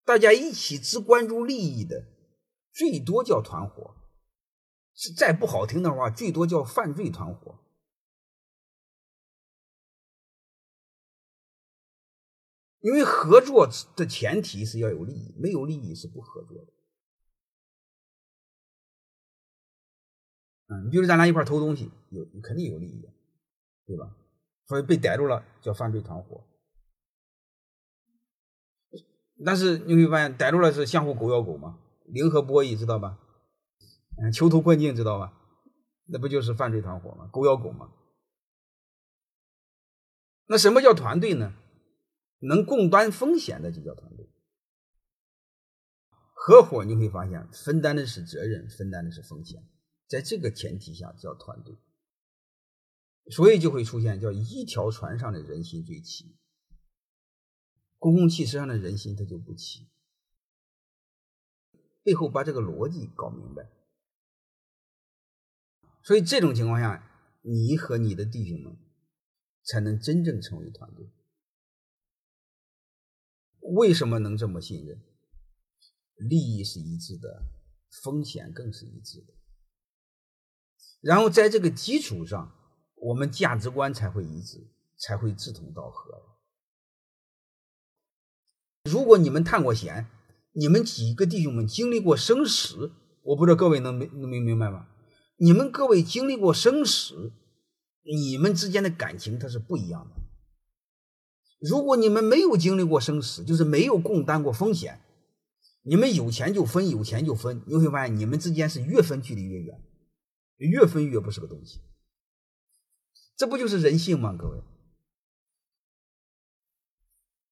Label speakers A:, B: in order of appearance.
A: 大家一起只关注利益的，最多叫团伙，再不好听的话，最多叫犯罪团伙。因为合作的前提是要有利益，没有利益是不合作的。比如咱俩一块偷东西，肯定有利益，对吧？所以被逮住了叫犯罪团伙。但是你会发现，逮住了是相互狗咬狗嘛，零和博弈知道吧？囚徒困境知道吧？那不就是犯罪团伙吗？狗咬狗嘛。那什么叫团队呢？能共担风险的就叫团队。合伙你会发现，分担的是责任，分担的是风险，在这个前提下叫团队。所以就会出现叫一条船上的人心最齐，公共汽车上的人心它就不齐。背后把这个逻辑搞明白，所以这种情况下，你和你的弟兄们才能真正成为团队。为什么能这么信任？利益是一致的，风险更是一致的。然后在这个基础上，我们价值观才会一致，才会志同道合。如果你们探过险，你们几个弟兄们经历过生死，我不知道各位能明白吗？你们各位经历过生死，你们之间的感情它是不一样的。如果你们没有经历过生死，就是没有共担过风险，你们有钱就分，有钱就分，你会发现你们之间是越分距离越远，越分越不是个东西。这不就是人性吗？各位，